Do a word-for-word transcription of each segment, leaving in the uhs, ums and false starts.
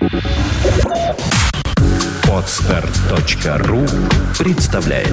Подстер точка ру представляет.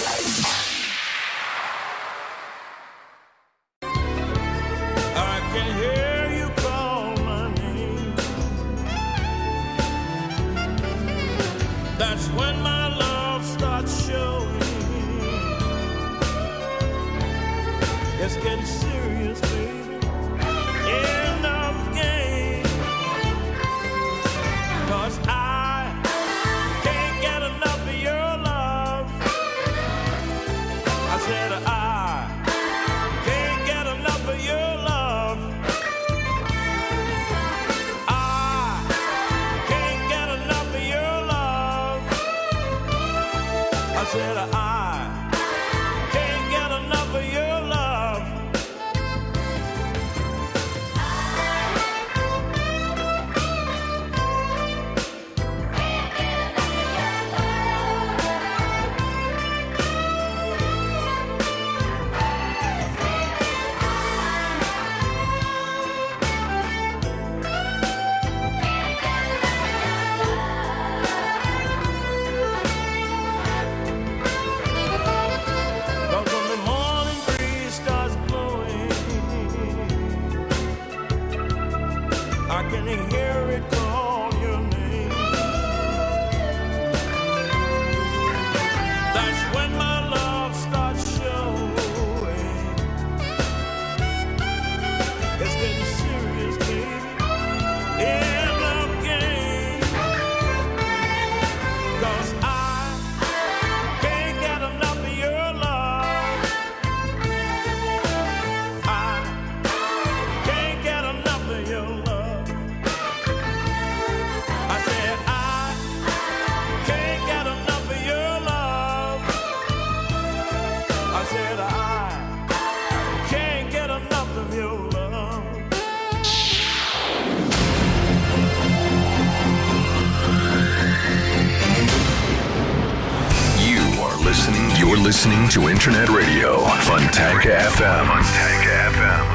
Listening to Internet Radio Fontanka эф эм. Fontanka эф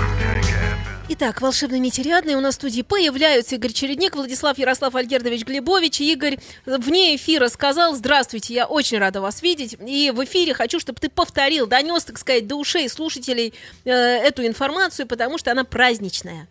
эм. Итак, волшебные нити рядные. У нас в студии появляются Игорь Чередник, Владислав Ярослав Альгердович Глебович. Игорь вне эфира сказал: здравствуйте, я очень рада вас видеть. И в эфире хочу, чтобы ты повторил, донес, так сказать, до ушей слушателей э, эту информацию, потому что она праздничная.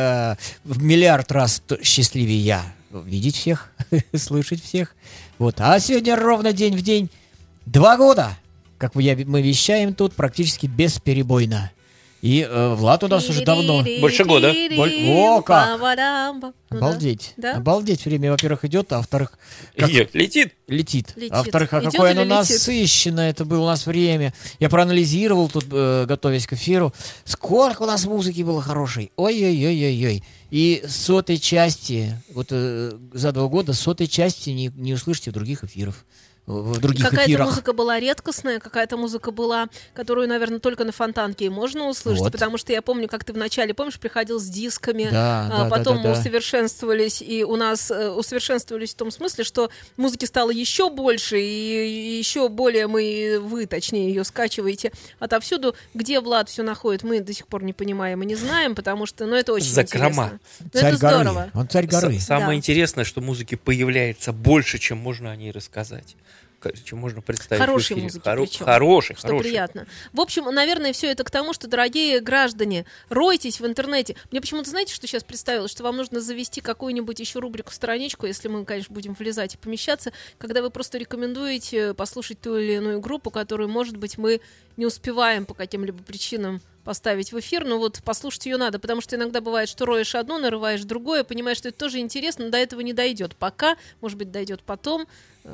В миллиард раз счастливее я видеть всех, слышать всех. Вот. А сегодня ровно день в день два года. Как мы вещаем тут практически бесперебойно. И э, Влад у нас уже давно. Больше года. Боль... О, как! Ну, Обалдеть. Да? Обалдеть. Время, во-первых, идет, а во-вторых... Как... Идет, летит. Летит. Летит. А во-вторых, а Идет какое оно летит? насыщенное это было у нас время. Я проанализировал тут, э, готовясь к эфиру, сколько у нас музыки было хорошей. Ой-ой-ой-ой-ой. И сотой части, вот э, за два года сотой части не, не услышите в других эфирах. В других какая-то эфирах. музыка была редкостная, какая-то музыка была, которую, наверное, только на Фонтанке можно услышать, Вот. Потому что я помню, как ты вначале, помнишь, приходил с дисками, Да, а да, потом да, да, мы да. усовершенствовались, и у нас э, усовершенствовались в том смысле, что музыки стало еще больше, и, и еще более мы, вы, точнее, ее скачиваете отовсюду. Где Влад все находит, мы до сих пор не понимаем и не знаем, потому что, ну, это очень Закрома. интересно. Но Царь это горы. здорово. Он царь горы. С- Самое Да. интересное, что музыки появляется больше, чем можно о ней рассказать. Чем можно представить Хорошей в эфире. музыки Хоро- причем. Хороший, Что хороший. приятно. В общем, наверное, все это к тому, что, дорогие граждане, ройтесь в интернете. Мне почему-то, знаете, что сейчас представилось? Что вам нужно завести какую-нибудь еще рубрику, страничку, если мы, конечно, будем влезать и помещаться, когда вы просто рекомендуете послушать ту или иную группу, которую, может быть, мы не успеваем по каким-либо причинам поставить в эфир, но вот послушать ее надо, потому что иногда бывает, что роешь одно, нарываешь другое, понимаешь, что это тоже интересно, но до этого не дойдет пока, может быть, дойдет потом.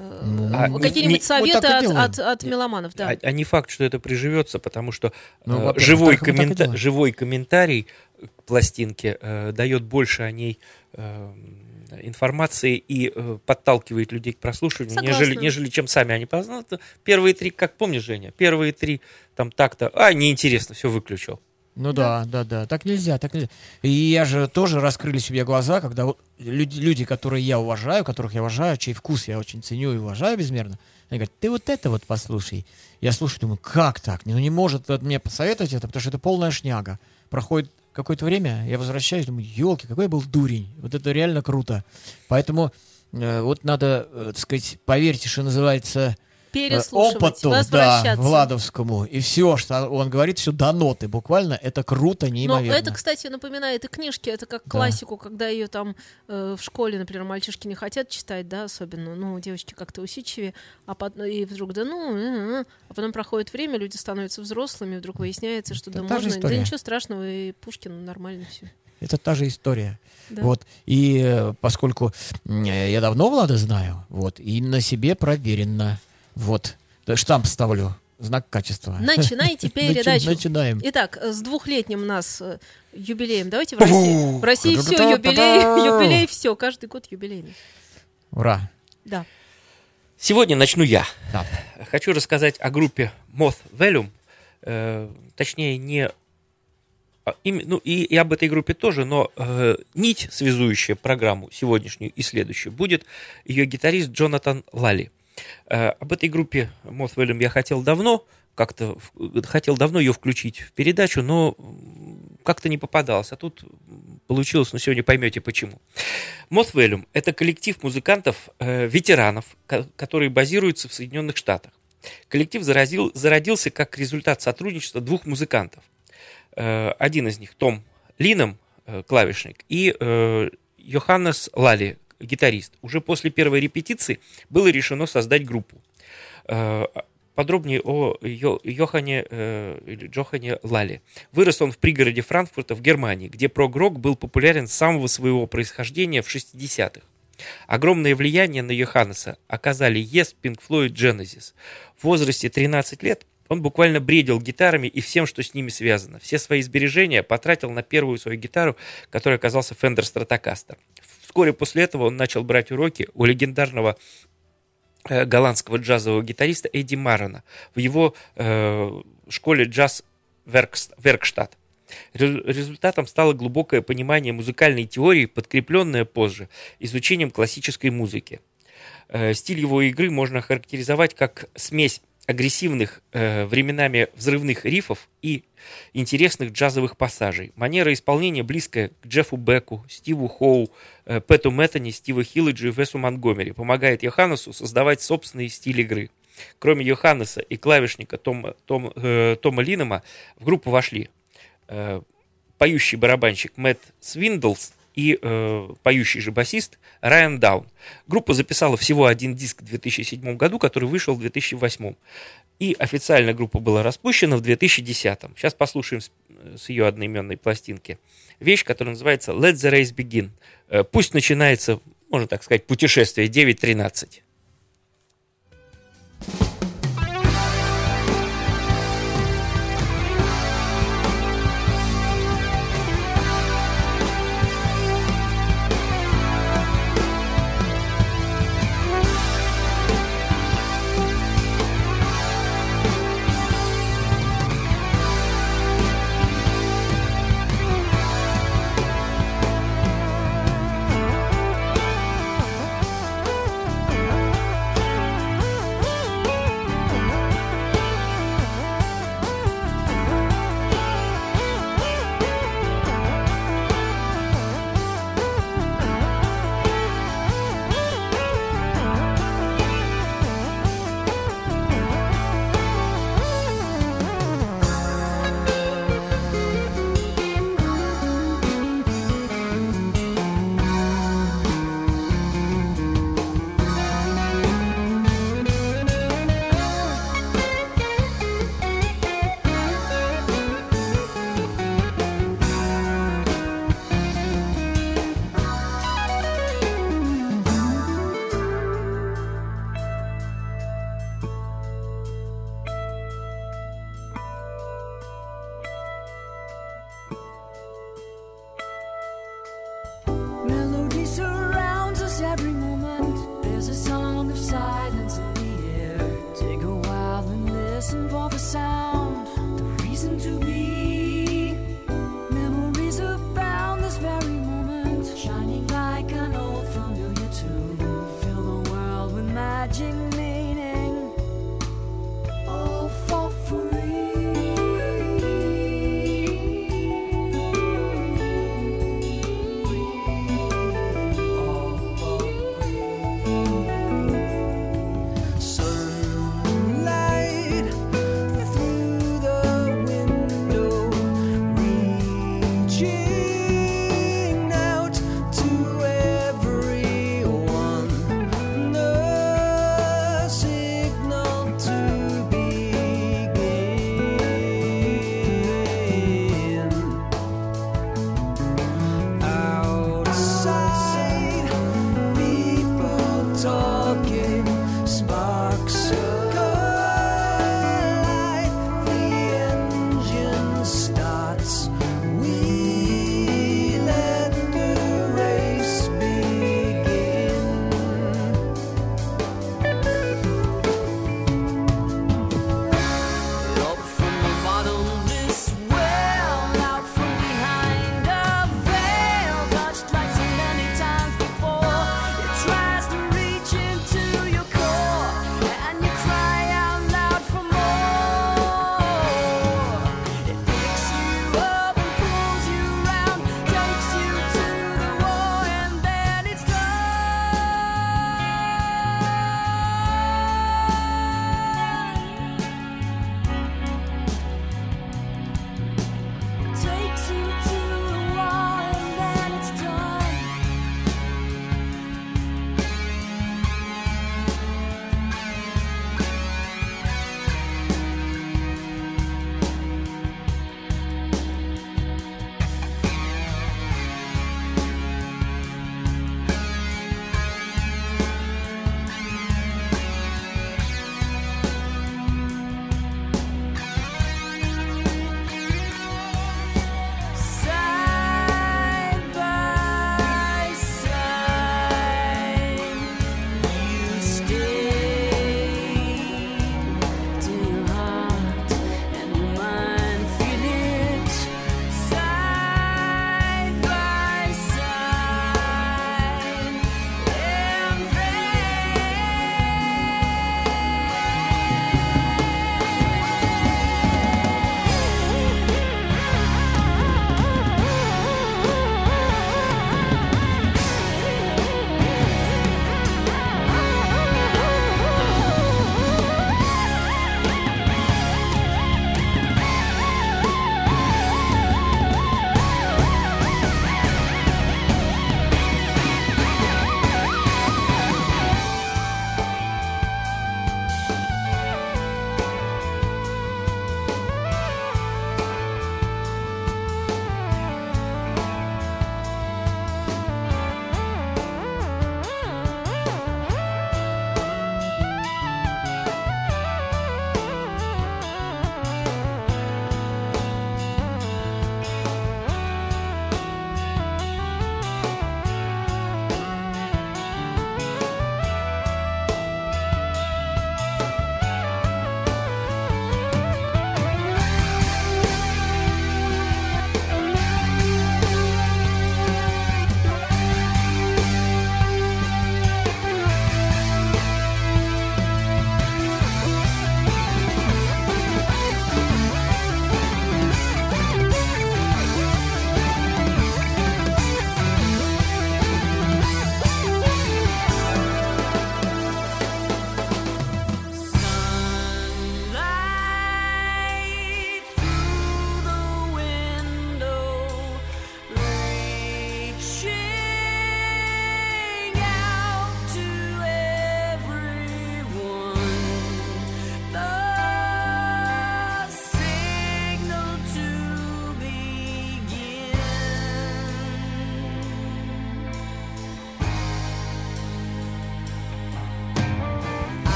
Э, А, Какие-нибудь не- советы вот так и от, делаем. от, от меломанов, да. А, а не факт, что это приживется, потому что Ну, э, во-первых, живой, так мы так и коммента- делаем. живой комментарий к пластинке э, дает больше о ней э, информации и э, подталкивает людей к прослушиванию, Согласна. нежели, нежели чем сами они познают. Первые три, как помнишь, Женя, первые три там так-то, а, неинтересно, все выключил. Ну да, да, да, так нельзя, так нельзя. И я же тоже раскрыли себе глаза, когда вот люди, люди, которые я уважаю, которых я уважаю, чей вкус я очень ценю и уважаю безмерно, они говорят: ты вот это вот послушай. Я слушаю, думаю, как так? Ну не может вот мне посоветовать это, потому что это полная шняга. Проходит какое-то время я возвращаюсь, думаю, елки, какой я был дурень. Вот это реально круто. Поэтому э, вот надо, э, так сказать, поверьте, что называется... Переслушивать, опыту, возвращаться. Да, Владовскому. И все, что он говорит, все до ноты. Буквально это круто, неимоверно. Но это, кстати, напоминает и книжки, это как классику, да. Когда ее там э, в школе, например, мальчишки не хотят читать, да, особенно, ну, девочки как-то усидчивее, а потом, и вдруг, да ну, э, э, а потом проходит время, люди становятся взрослыми, и вдруг выясняется, что это да можно, да ничего страшного, и Пушкин нормально все. Это та же история. Да. Вот. И э, поскольку э, я давно Влада знаю, вот, и на себе проверено. Вот, штамп ставлю, знак качества. Начинайте передачу. Начинаем. Итак, с двухлетним нас э, юбилеем. Давайте в России. В России все юбилей, юбилей, все, каждый год юбилейный. Ура. Да. Сегодня начну я. Да. Хочу рассказать о группе Moth Vellum, э, точнее не, им, ну и, и об этой группе тоже, но э, нить, связующая программу сегодняшнюю и следующую, будет ее гитарист Джонатан Лалли. Uh, об этой группе Moth Vellum я хотел давно, как-то хотел давно ее включить в передачу, но как-то не попадалось. А тут получилось, но сегодня поймете почему. Moth Vellum — это коллектив музыкантов, э, ветеранов, ко- которые базируются в Соединенных Штатах. Коллектив заразил, зародился как результат сотрудничества двух музыкантов. Э, один из них Том Линнем, э, клавишник, и э, Йоханнес Лалли, гитарист. Уже после первой репетиции было решено создать группу. Подробнее о Йохане или Джохане Лалли. Вырос он в пригороде Франкфурта в Германии, где прог-рок был популярен с самого своего происхождения в шестидесятых. Огромное влияние на Йоханнеса оказали Yes, Pink Floyd, Genesis. В возрасте тринадцати лет он буквально бредил гитарами и всем, что с ними связано. Все свои сбережения потратил на первую свою гитару, которая оказался Fender Stratocaster. Вскоре после этого он начал брать уроки у легендарного э, голландского джазового гитариста Эдди Маррона в его э, школе Джаз Веркштадт. Результатом стало глубокое понимание музыкальной теории, подкрепленное позже изучением классической музыки. Э, стиль его игры можно охарактеризовать как смесь агрессивных, э, временами взрывных рифов и интересных джазовых пассажей. Манера исполнения близкая к Джеффу Беку, Стиву Хоу, э, Пэту Мэттани, Стиву Хилледжу и Весу Монтгомери помогает Йоханнесу создавать собственный стиль игры. Кроме Йоханнеса и клавишника Тома, Том, э, Тома Линнема в группу вошли э, поющий барабанщик Мэтт Свиндлс и э, поющий же басист Райан Даун. Группа записала всего один диск в две тысячи седьмом году, который вышел в две тысячи восьмом. И официально группа была распущена в две тысячи десятом. Сейчас послушаем с, с ее одноименной пластинки вещь, которая называется «Let the Race Begin». Э, пусть начинается, можно так сказать, путешествие девять тринадцать.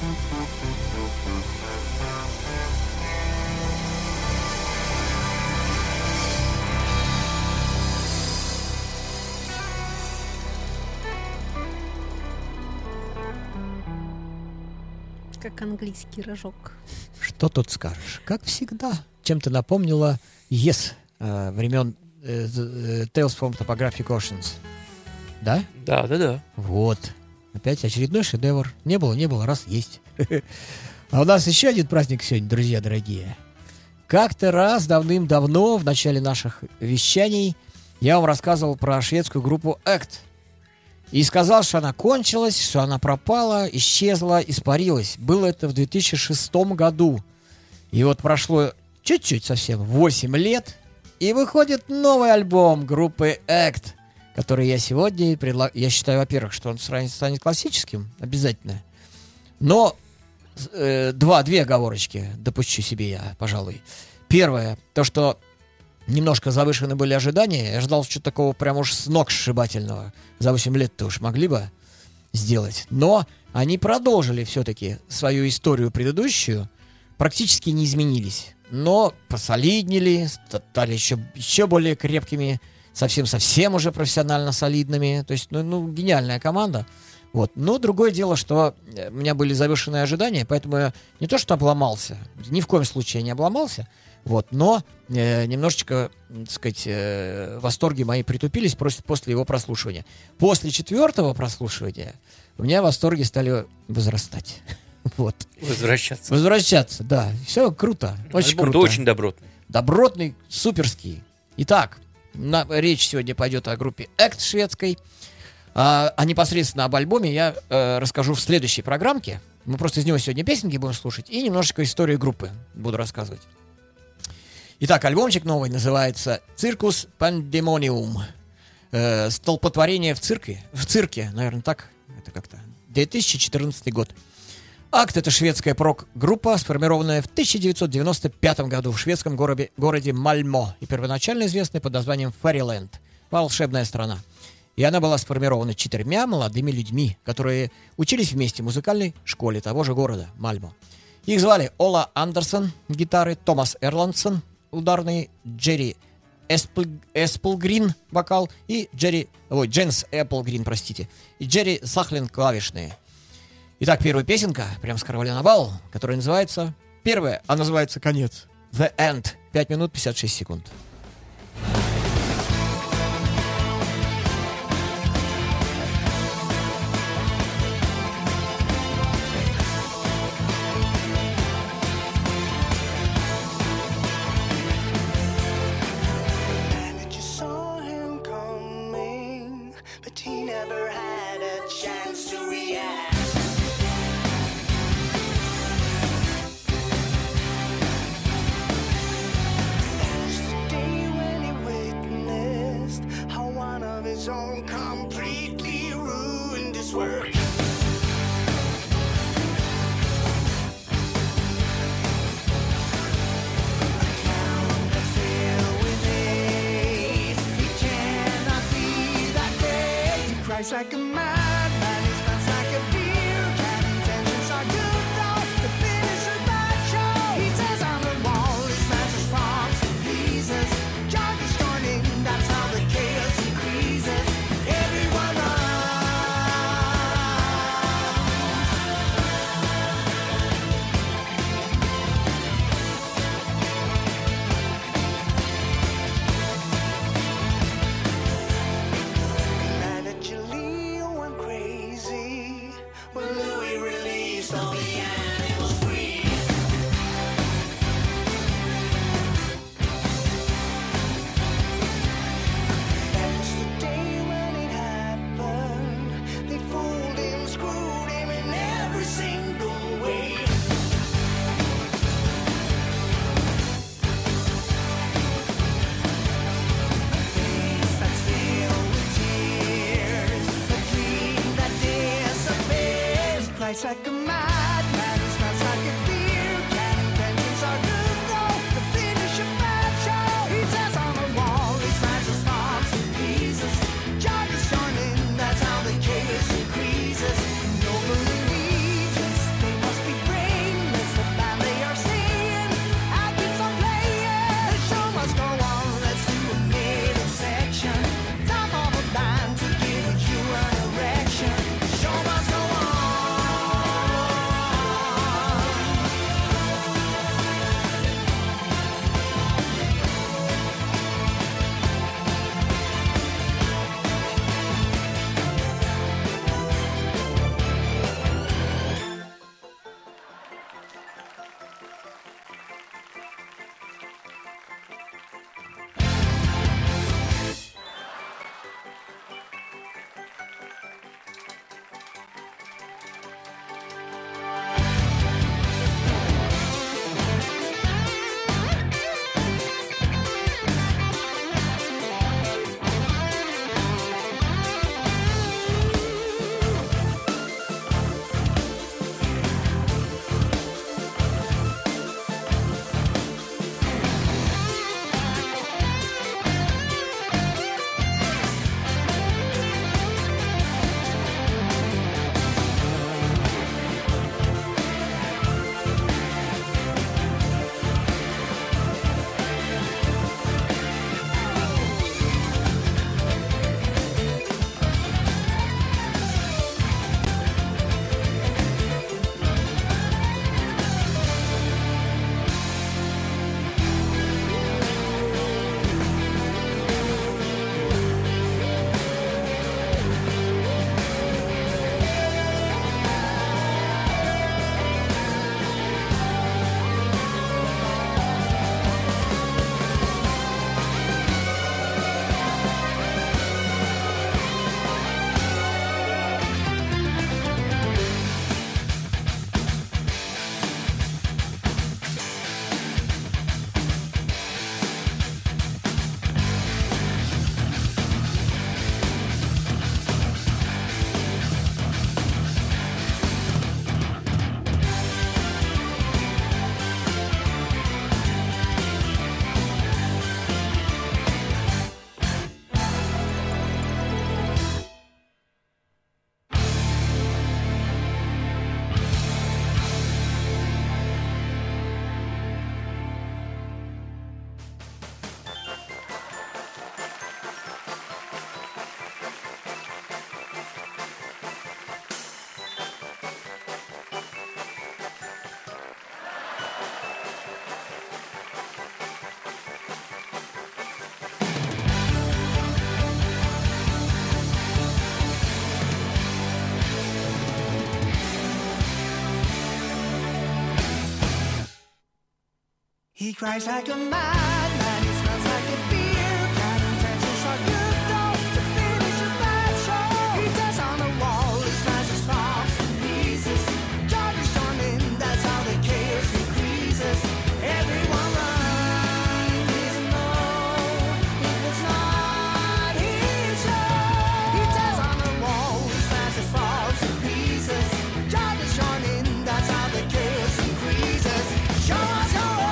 Как английский рожок. Что тут скажешь? Как всегда, чем-то напомнила Yes э, времен э, Tales from Topographic Oceans. Да? Да, да, да. Вот. Опять очередной шедевр. Не было, не было, раз есть. А у нас еще один праздник сегодня, друзья дорогие. Как-то раз давным-давно, в начале наших вещаний, я вам рассказывал про шведскую группу Act. И сказал, что она кончилась, что она пропала, исчезла, испарилась. Было это в две тысячи шестом году. И вот прошло чуть-чуть совсем, восемь лет, и выходит новый альбом группы Act, который я сегодня предлагаю. Я считаю, во-первых, что он станет классическим, обязательно. Но э, два, две оговорочки допущу себе я, пожалуй. Первое, то, что немножко завышены были ожидания. Я ждал чего-то такого прям уж с ног сшибательного. За восемь лет-то уж могли бы сделать. Но они продолжили все-таки свою историю предыдущую. Практически не изменились. Но посолиднили, стали еще, еще более крепкими. Совсем-совсем уже профессионально солидными. То есть, ну, ну гениальная команда. Вот. Но другое дело, что у меня были завышенные ожидания, поэтому я не то что обломался, ни в коем случае не обломался. Вот, но э, немножечко, так сказать, э, восторги мои притупились после, после его прослушивания. После четвертого прослушивания у меня восторги стали возрастать. Вот. Возвращаться. Возвращаться, да. Все круто, очень Альбом круто. очень добротный. Добротный, суперский. Итак, на, речь сегодня пойдет о группе Act шведской. А, а непосредственно об альбоме я э, расскажу в следующей программке. Мы просто из него сегодня песенки будем слушать и немножечко историю группы буду рассказывать. Итак, альбомчик новый называется «Циркус Пандемониум». Э, «Столпотворение в цирке». В цирке, наверное, так. Это как-то. две тысячи четырнадцатый год. Акт — это шведская прок-группа, сформированная в тысяча девятьсот девяносто пятом году в шведском городе, городе Мальмо и первоначально известная под названием Фэриленд — «Волшебная страна». И она была сформирована четырьмя молодыми людьми, которые учились вместе в музыкальной школе того же города Мальмо. Их звали Ола Андерсон — гитары, Томас Эрландсон — ударный, Джерри Эспл, Эсплгрин — вокал, и Джерри, ой, Дженс Эпплгрин, простите, и Джерри Сахлин — клавишные. Итак, первая песенка, прям с короля на бал, которая называется, первая, а называется «Конец». The End. пять минут пятьдесят шесть секунд. Like a madman, he smells like a beer can. Intentions are good though, the finish is bad show. He says on the wall, he smashes props and pieces. Junk is joining, that's how the chaos increases. Everyone It's like a madman, he smells like a beer can. Intentions are good though, the finish a bad show. He says on the wall, he smashes parts and pieces. Junk is joining, that's how the chaos increases. Noble allegiance, they must He cries like a madman, he smells like a beer can. Intentions are good though, to finish a bad show. He tears on the wall, he smashes bombs to pieces. Charges on in, that's how the chaos increases. Everyone runs, even though if it's not his show. He tears on the wall, he smashes bombs to pieces. Charges on in, that's how the chaos increases. Show us your own.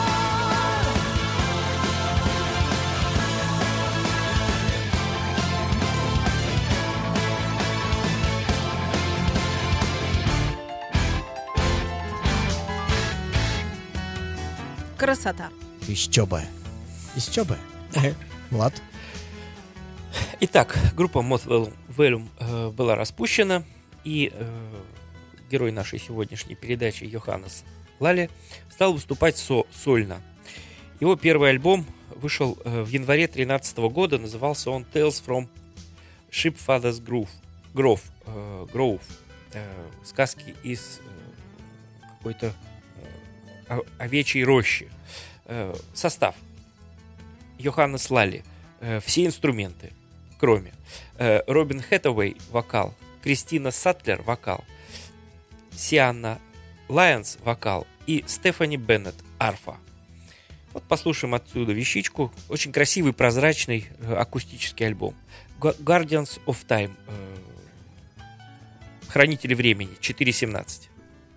Красота. Еще бы. Еще бы. Влад? Итак, группа Moth Vellum э, была распущена, и э, герой нашей сегодняшней передачи Йоханнес Лале стал выступать со сольно. Его первый альбом вышел э, в январе две тысячи тринадцатого года, назывался он Tales from Sheepfather's Grove, Grove, э, Grove э, сказки из э, какой-то э, овечьей рощи. Э, состав: Йоханнес Лале, э, все инструменты, кроме э, Робин Хэтэуэй вокал, Кристина Сатлер вокал, Сианна Лайонс вокал и Стефани Беннет арфа. Вот послушаем отсюда вещичку. Очень красивый, прозрачный э, акустический альбом. Guardians of Time, э, Хранители времени, четыре семнадцать.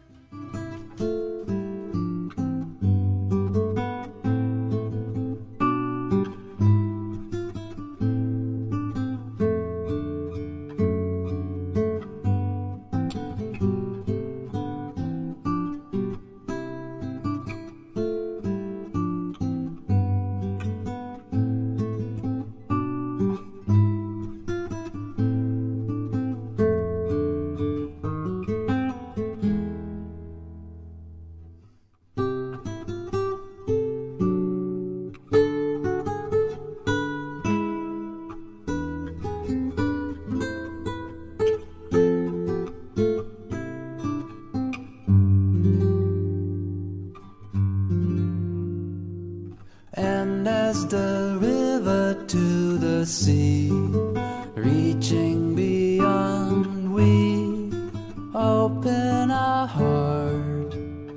And as the river to the sea, reaching beyond, we open our heart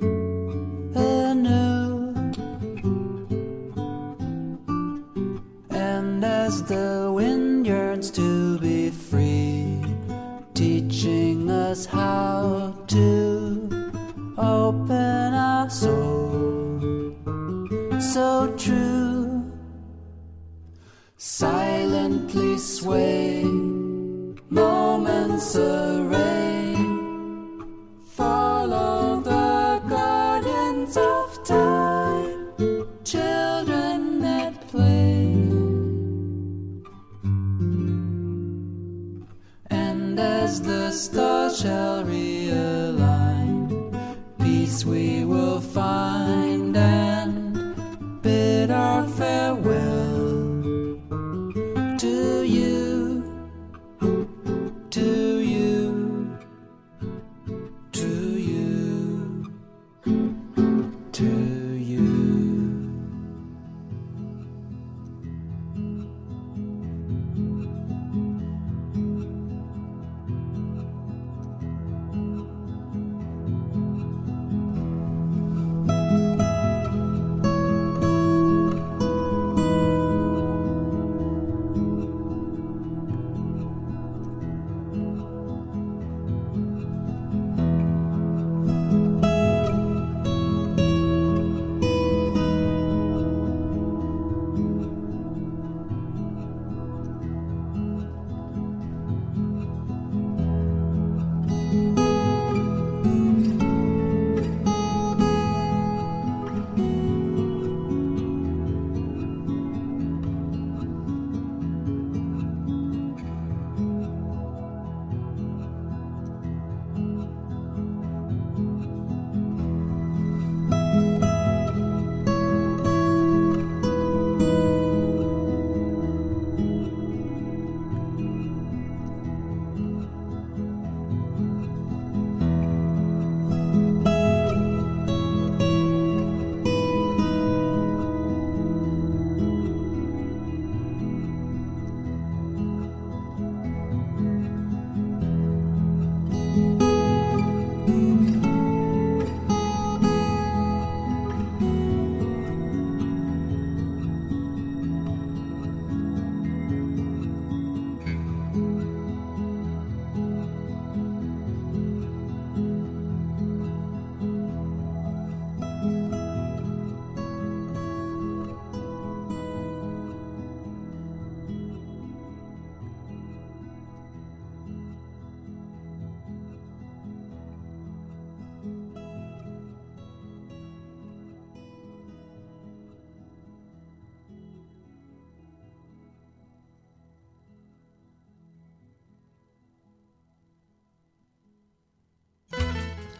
anew. And as the wind yearns to be free, teaching us how to open our soul. So true, silently sway, moments array, follow the guardians of time, children that play. And as the stars shall realign, peace we will find and bid our farewell to you, to you, to you, to you.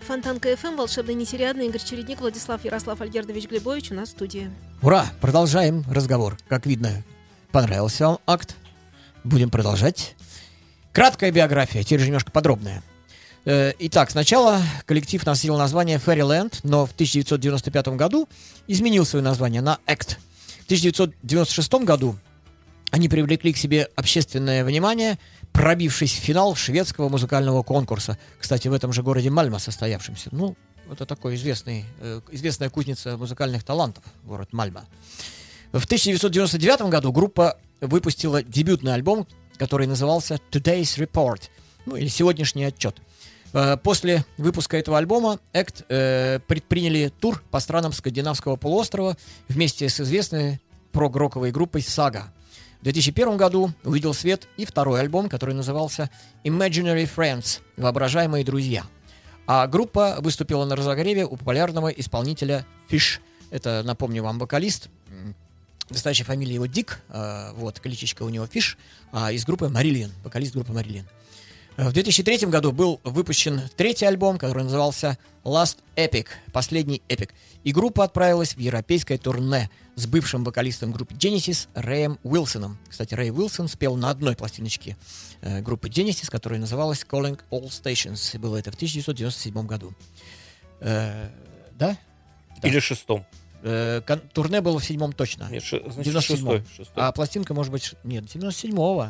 Фонтанка эф эм, волшебный нетериадный, Игорь Чередник, Владислав Ярослав Альгердович Глебович у нас в студии. Ура! Продолжаем разговор. Как видно, понравился вам акт. Будем продолжать. Краткая биография, теперь же немножко подробная. Э, Итак, сначала коллектив носил название Fairyland, но в тысяча девятьсот девяносто пятом году изменил свое название на Act. В тысяча девятьсот девяносто шестом году они привлекли к себе общественное внимание, пробившись в финал шведского музыкального конкурса. Кстати, в этом же городе Мальме состоявшемся. Ну, это такой известный, э, известная кузница музыкальных талантов, город Мальме. В тысяча девятьсот девяносто девятом году группа выпустила дебютный альбом, который назывался Today's Report, ну или «Сегодняшний отчет». Э, после выпуска этого альбома Act э, предприняли тур по странам скандинавского полуострова вместе с известной прог-роковой группой Saga. В две тысячи первом году увидел свет и второй альбом, который назывался Imaginary Friends – «Воображаемые друзья». А группа выступила на разогреве у популярного исполнителя Fish. Это, напомню вам, вокалист. Настоящая фамилия его Дик, э, вот, кличечка у него Fish, а из группы Marillion, вокалист группы Marillion. В две тысячи третьем году был выпущен третий альбом, который назывался Last Epic, последний эпик. И группа отправилась в европейское турне с бывшим вокалистом группы Genesis Рэем Уилсоном. Кстати, Рэй Уилсон спел на одной пластиночке э, группы Genesis, которая называлась Calling All Stations. И было это в тысяча девятьсот девяносто седьмом году. Э, да? Да. Или шестом. Э, кон- турне было в седьмом точно. Нет, ше- значит, девяносто седьмом. шестой, шестой. А пластинка может быть... ш- Нет, девяносто седьмого.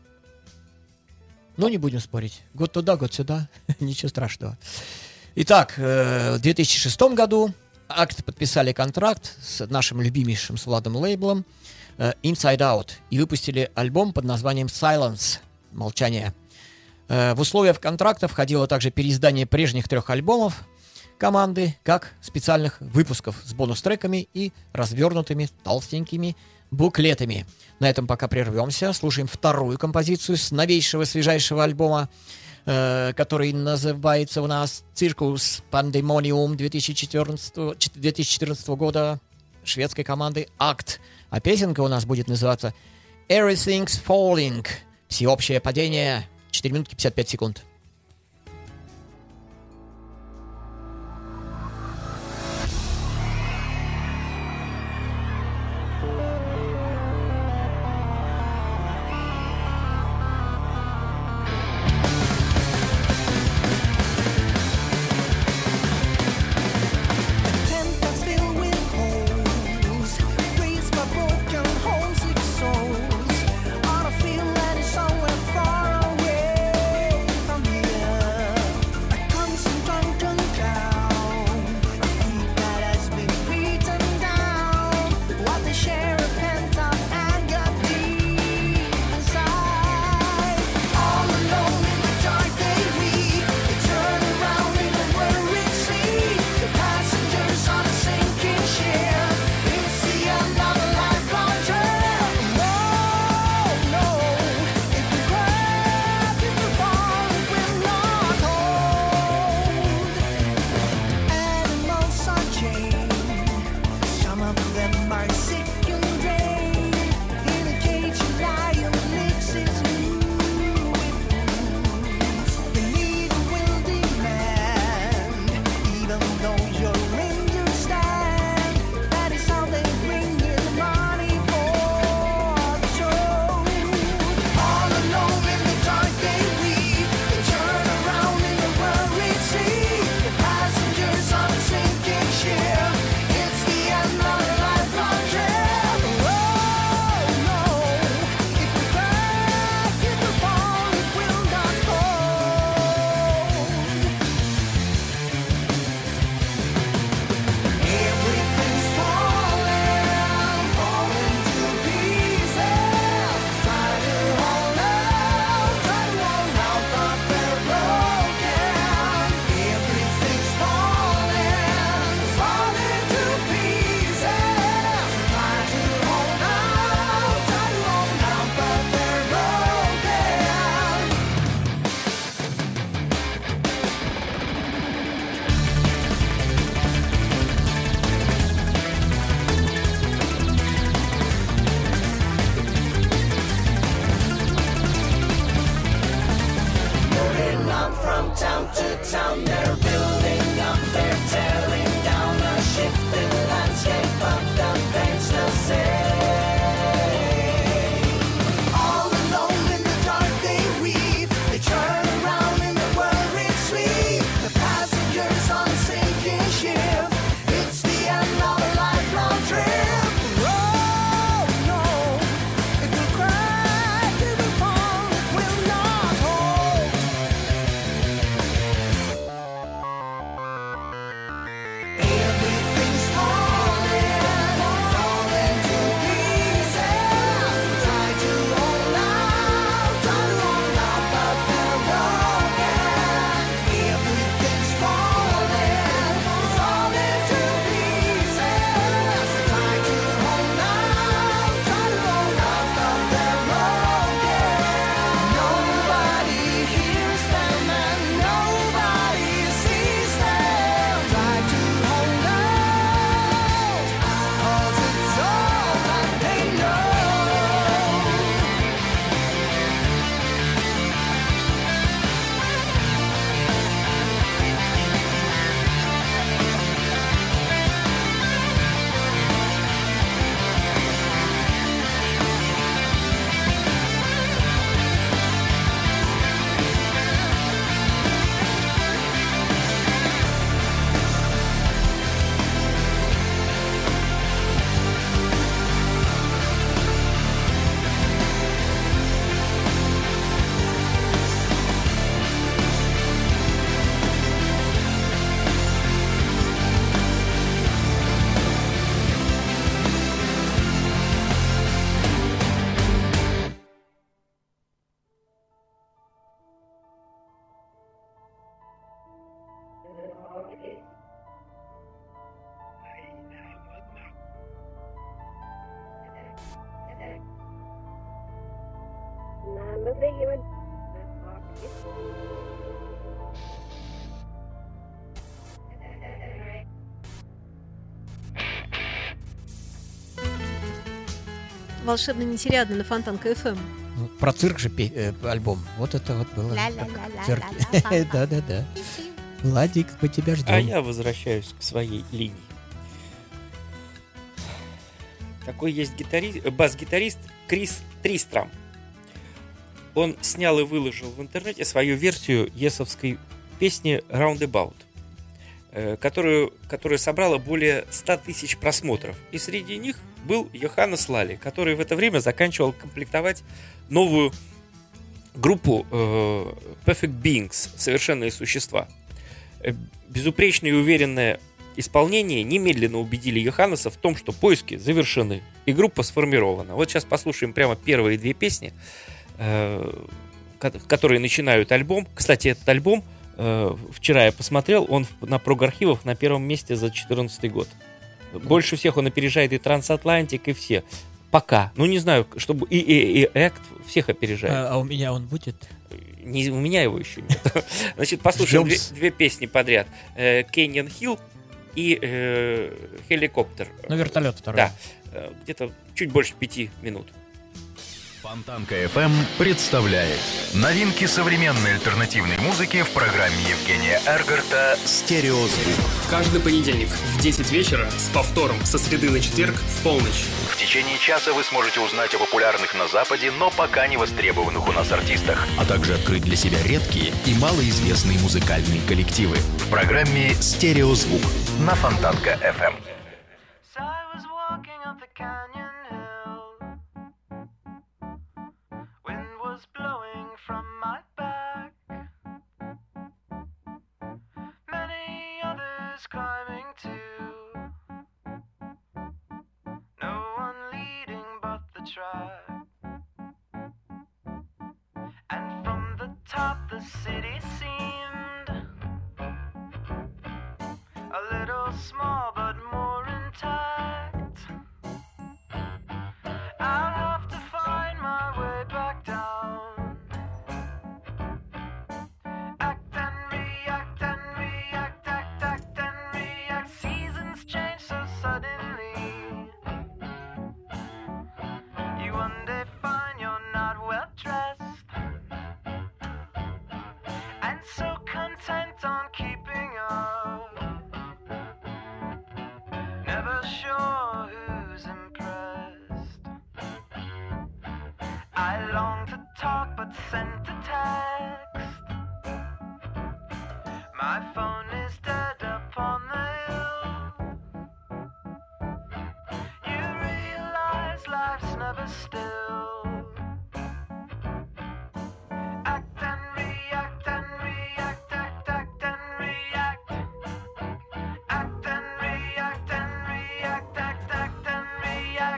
Ну, не будем спорить. Год туда, год сюда. Ничего страшного. Итак, э, в две тысячи шестом году Акт подписали контракт с нашим любимейшим с Владом лейблом э, Inside Out и выпустили альбом под названием Silence. Молчание. Э, в условия контракта входило также переиздание прежних трех альбомов команды, как специальных выпусков с бонус-треками и развернутыми толстенькими буклетами. На этом пока прервемся. Слушаем вторую композицию с новейшего, свежайшего альбома, э, который называется у нас «Circus Pandemonium» две тысячи четырнадцатого, две тысячи четырнадцатого года шведской команды Акт. А песенка у нас будет называться «Everything's Falling» — «Всеобщее падение». четыре минутки пятьдесят пять секунд. Tempest filled with holes, raised by broken homesick souls. On a field that is somewhere far away from here, a constant drunken down, a feet that has been beaten down. What they share a pent-up anger deep inside. All alone in the dark they weep, they turn around in a worried sea. The passengers on a sinking ship, it's the end of a lifelong trail. No, no, if we crack, if we fall, it will not hold. Animals are chained, some of them are sick and drained. In a cage a lion licks his wounds. The needle will demand, even though you're injured, stand. That is how they bring in the money for the show. All alone in the dark they weep, they turn around in a worried sea. The passengers on a sinking ship, it's the end of a lifelong trail. Oh no, if we crack, if we fall, it will not hold. Everything's falling, falling to pieces. Try to hold out, try to hold out, but they're broken. Everything's falling, falling to pieces. Try to hold out, try to hold out, but they're broken. Moving on from town to town, they're building Волшебный нетериадный на Фонтанка эф эм. Ну, про цирк же пе- э, альбом. Вот это вот было. Ла-ла-ла-ла-ла-ла-ла. в цирке. Да-да-да. Владик, мы тебя ждем. А я возвращаюсь к своей линии. Такой есть гитарист, бас-гитарист Крис Тристрам. Он снял и выложил в интернете свою версию есовской песни Roundabout, э, которую, которая собрала более ста тысяч просмотров. И среди них был Йоханнес Лали, который в это время заканчивал комплектовать новую группу э, Perfect Beings, совершенные существа. Э, безупречное и уверенное исполнение немедленно убедили Йоханнеса в том, что поиски завершены и группа сформирована. Вот сейчас послушаем прямо первые две песни, э, которые начинают альбом. Кстати, этот альбом э, вчера я посмотрел, он на прог-архивах на первом месте за две тысячи четырнадцатый год. Больше всех он опережает и Трансатлантик, и все. Пока. Ну, не знаю, чтобы и, и, и Act всех опережает. А, а у меня он будет? Не, у меня его еще нет. Значит, послушаем две, две песни подряд. Canyon Hill и э, Helicopter. Ну, вертолет второй. Да. Э, где-то чуть больше пяти минут. Фонтанка эф эм представляет новинки современной альтернативной музыки в программе Евгения Эргарта «Стереозвук». Каждый понедельник в десять вечера с повтором со среды на четверг в полночь. В течение часа вы сможете узнать о популярных на Западе, но пока не востребованных у нас артистах, а также открыть для себя редкие и малоизвестные музыкальные коллективы в программе «Стереозвук» на Фонтанка эф эм. So I was walking up the canyon hill. Wind was blowing from my back. Many others climbing too. No one leading but the track. And from the top the city seemed a little small but more intact. I'll have to find my way back down. Act and react and react, act, act and react. Seasons change so suddenly. You one day find you're not well dressed, and so content on keeping up. Never sure who's impressed. I long to talk but sent a text. My phone is dead upon the hill. You realize life's never still. Act and react and react, act, act and react. Act and react and react, act, act and react.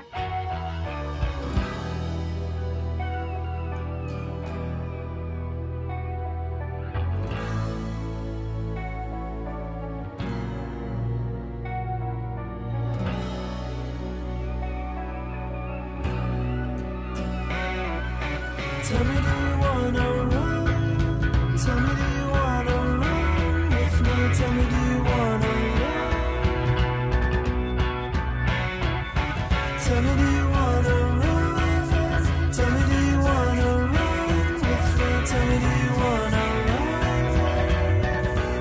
Tell me, do you wanna run? Tell me, do you wanna run with me? Tell me, do you wanna run? Tell me, do you wanna run? Tell me, do you wanna run with me? Tell me, do you wanna run?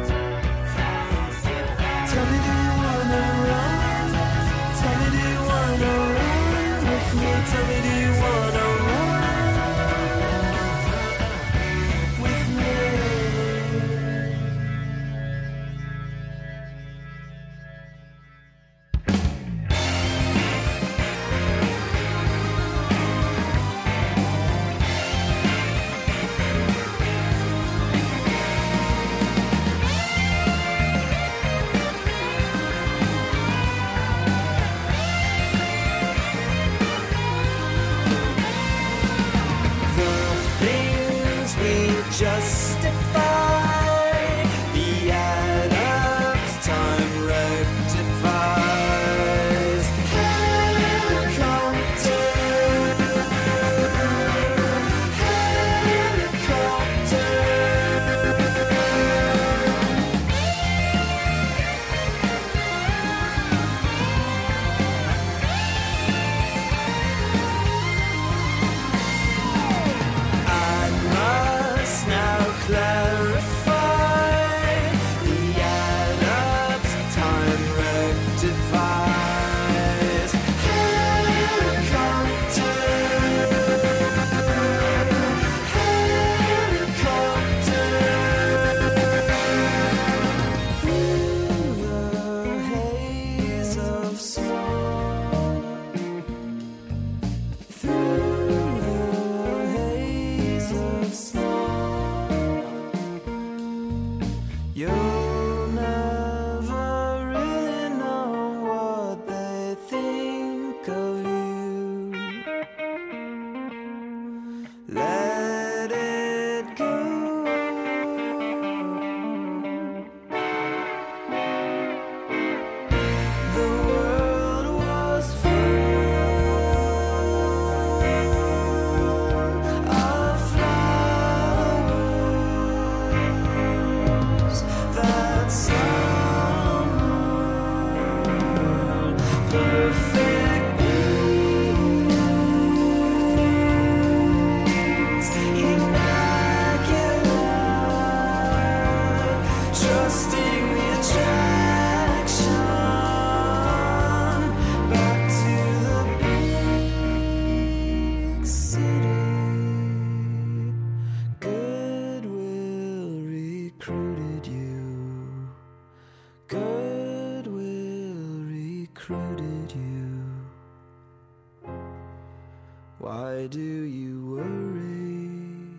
Tell me, do you wanna run? Tell me, do you wanna run with me? Tell me, do you wanna run? recruited you. Goodwill recruited you. Why do you worry?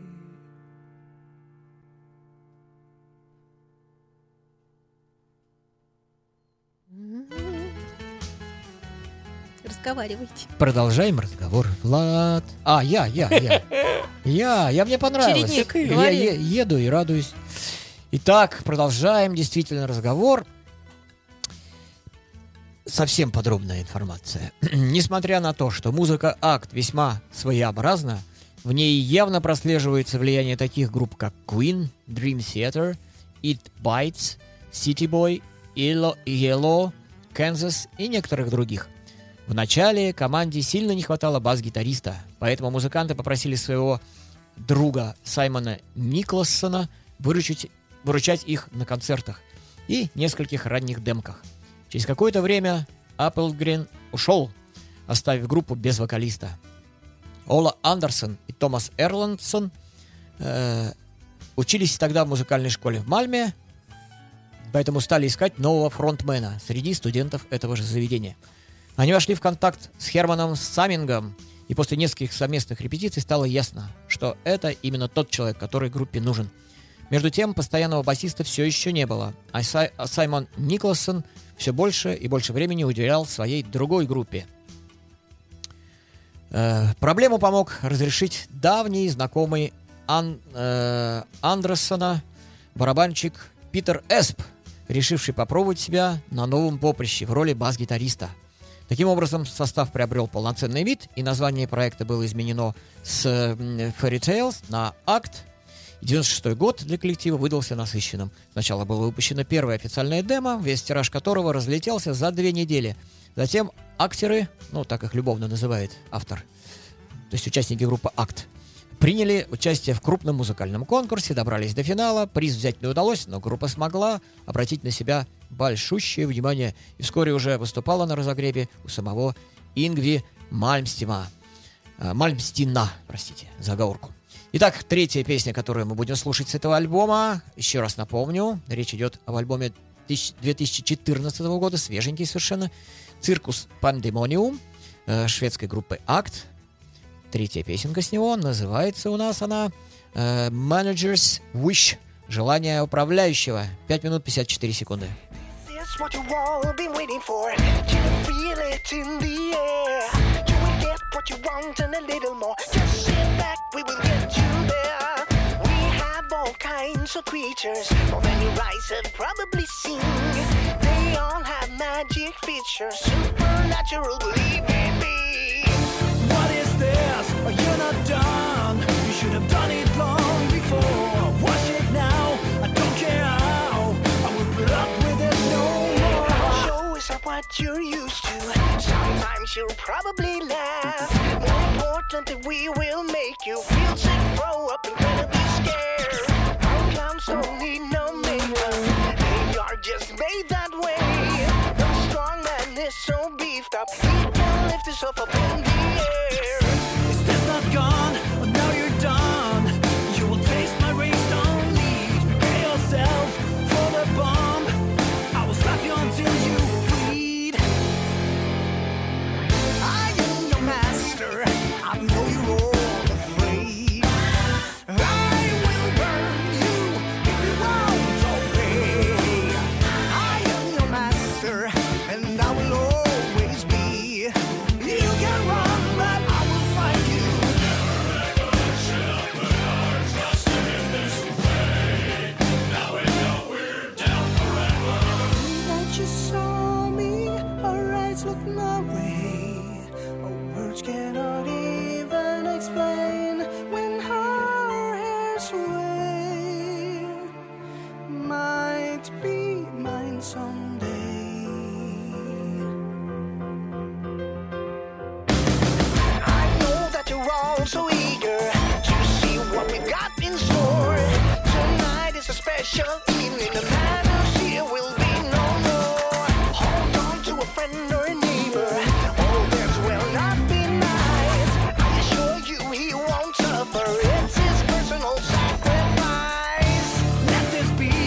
Разговаривайте. Продолжаем разговор. Влад. А, я, я, я. Я, я, мне понравилось. Чередник, Я говори. е- еду и радуюсь. Итак, продолжаем действительно разговор. Совсем подробная информация. Несмотря на то, что музыка «Акт» весьма своеобразна, в ней явно прослеживается влияние таких групп, как Queen, Dream Theater, It Bites, City Boy, Yellow, Yellow, Kansas и некоторых других. В начале команде сильно не хватало бас-гитариста, поэтому музыканты попросили своего друга Саймона Никлассона выручить, выручать их на концертах и нескольких ранних демках. Через какое-то время Applegren ушел, оставив группу без вокалиста. Ола Андерсон и Томас Эрландсон э, учились тогда в музыкальной школе в Мальме, поэтому стали искать нового фронтмена среди студентов этого же заведения. Они вошли в контакт с Херманом Саммингом, и после нескольких совместных репетиций стало ясно, что это именно тот человек, который группе нужен. Между тем, постоянного басиста все еще не было, а, Сай- а Саймон Никлассон все больше и больше времени уделял своей другой группе. Э, проблему помог разрешить давний знакомый Ан- э, Андерсона, барабанщик Питер Эсп, решивший попробовать себя на новом поприще в роли бас-гитариста. Таким образом, состав приобрел полноценный вид, и название проекта было изменено с м, Fairy Tales на Акт. девяносто шестой год для коллектива выдался насыщенным. Сначала было выпущено первое официальное демо, весь тираж которого разлетелся за две недели. Затем актеры, ну так их любовно называет автор, то есть участники группы Акт, приняли участие в крупном музыкальном конкурсе, добрались до финала, приз взять не удалось, но группа смогла обратить на себя большущее внимание и вскоре уже выступала на разогреве у самого Ингви Мальмстима. Э, Мальмстина, простите, за оговорку. Итак, третья песня, которую мы будем слушать с этого альбома, еще раз напомню, речь идет об альбоме две тысячи четырнадцатого года, свеженький совершенно, «Циркус Пандемониум» э, шведской группы Акт. Третья песенка с него, называется у нас она э, «Manager's Wish», «Желание управляющего». пять минут пятьдесят четыре секунды. That's what you all been waiting for. You can feel it in the air. You will get what you want and a little more. Just sit back, we will get you there. We have all kinds of creatures. More than your eyes have probably seen. They all have magic features. Supernatural, believe in me. What is this? Are you not done? You should have done it long before. Watch it now. I don't care how. I will put up with it no more. Show us what you're used to. Sometimes you'll probably laugh. More important, we will make you feel sick, grow up and gonna be scared. Our clowns don't need no makeup. They are just made that way. The strong man is so beefed up. He can lift himself up in the air. Is this not gone? Well, now you're done. You will taste my rainstone leaves. Prepare yourself for the bomb. I will slap you until you bleed. I am your master. I know you're all afraid. I will burn you if you won't obey. I am your master, and I will always be. You can run, but I will fight you. That you saw me, our eyes look my way. Our words cannot even explain when her hair sway. Might be mine someday. I know that you're all so eager to see what we got in store. Tonight is a special evening. The man who's here will be no more. Hold on to a friend or a neighbor. Oh, this will not be nice. I assure you he won't suffer. It's his personal sacrifice. Let this be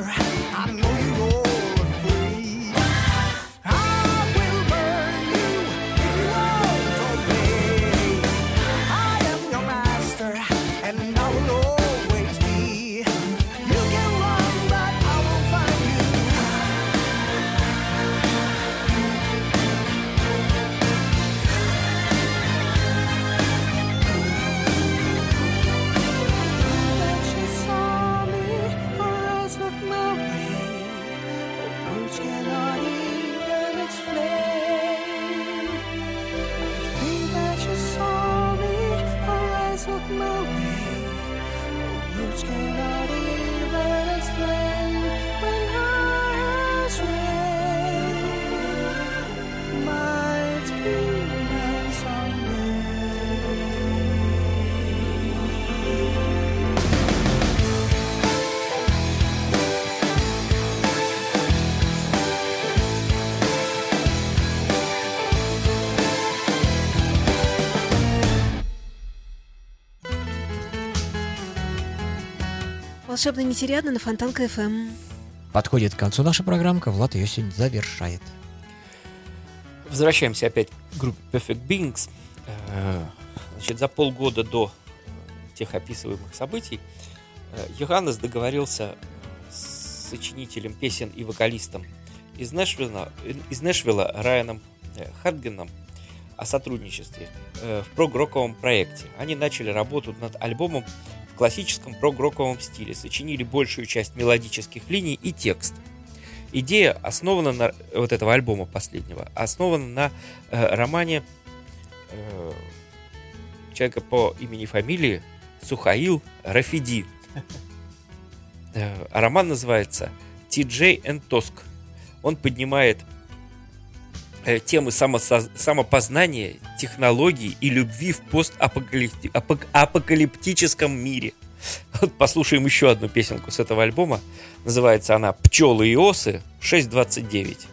I know you're all afraid. I will burn you if you won't obey. I am your master, and I will always be. You can run, but I will find you. That you saw me, her eyes looked my way. Words cannot even explain. I think that you saw me, her eyes looked my way. Words cannot even explain. When her eyes rain, might be mine someday. Волшебная нетериадна на Фонтанка эф эм. Подходит к концу наша программка, Влад ее сегодня завершает. Возвращаемся опять к группе Perfect Beings. Э, Значит, за полгода до тех описываемых событий э, Йоханнес договорился с сочинителем песен и вокалистом из Нэшвилла, из Нэшвилла Райаном э, Хартгеном о сотрудничестве э, в прог-роковом проекте. Они начали работу над альбомом в классическом прог-роковом стиле, сочинили большую часть мелодических линий и текст. Идея основана на вот этого альбома последнего, основана на э, романе э, человека по имени и фамилии Сухаил Рафиди. Э, а роман называется «Ти Джей and Тоск». Он поднимает э, темы самосоз... самопознания, технологий и любви в постапокалипти... апок... апокалиптическом мире. Вот послушаем еще одну песенку с этого альбома. Называется она «Пчелы и осы» шесть двадцать девять.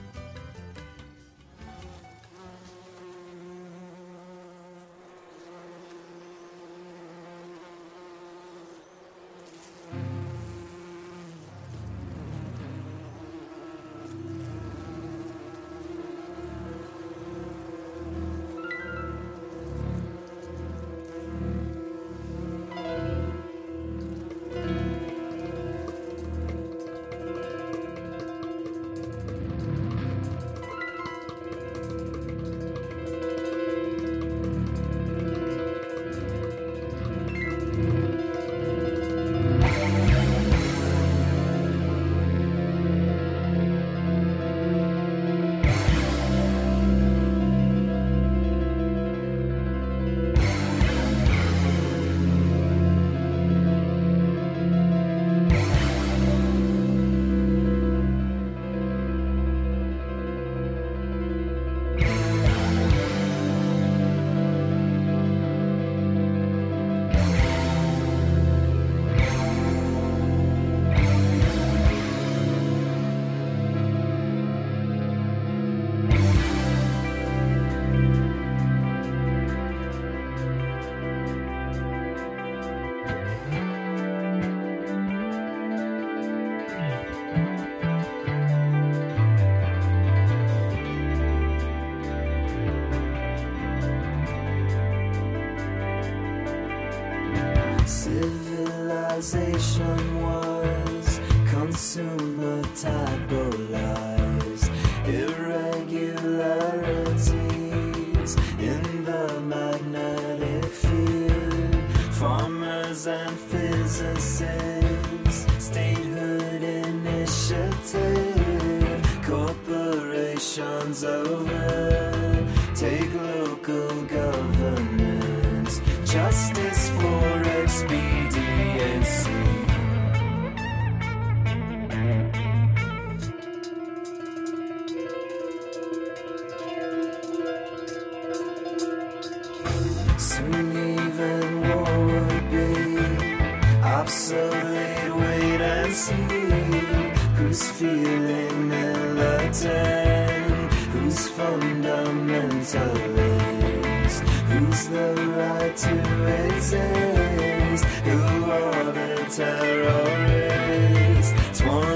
Civilization was consumed by type of lies, irregularities in the magnetic field. Farmers and physicists, statehood initiative, corporations over, take local governments, justice for expediency. Soon even war would be obsolete, wait and see. Who's feeling militant? Who's fundamentalist? Who's the right to exist? Who are the terrorists? Torn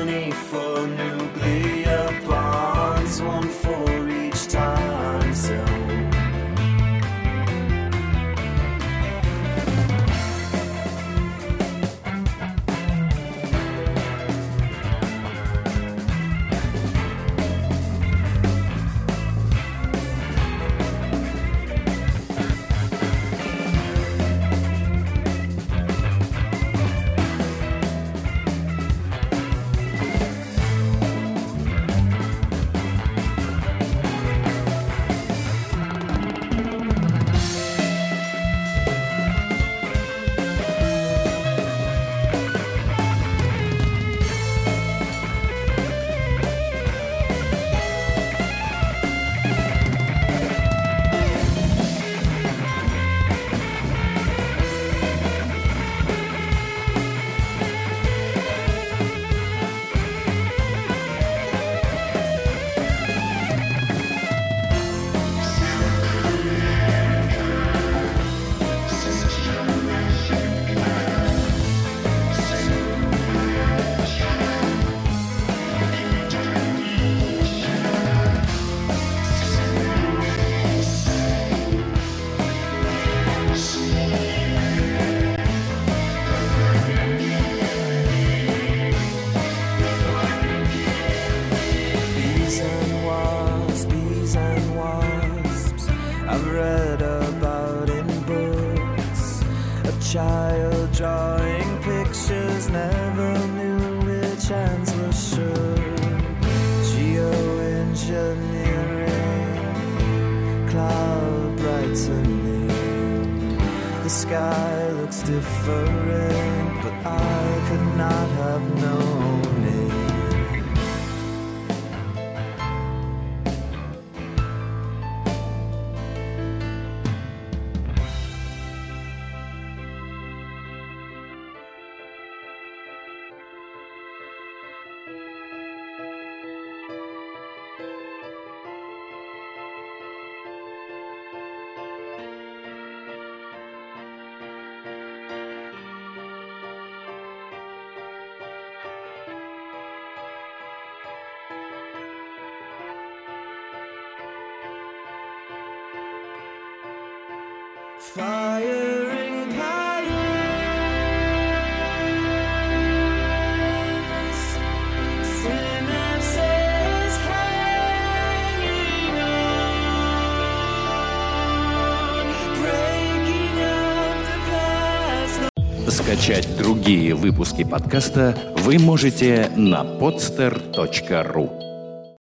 child drawing pictures never knew which hands were sure. Geoengineering, cloud brightening. The sky looks different, but I could not have known it. Firing colors, synapses hanging on, breaking up the past. Скачать другие выпуски подкаста вы можете на podster точка ру.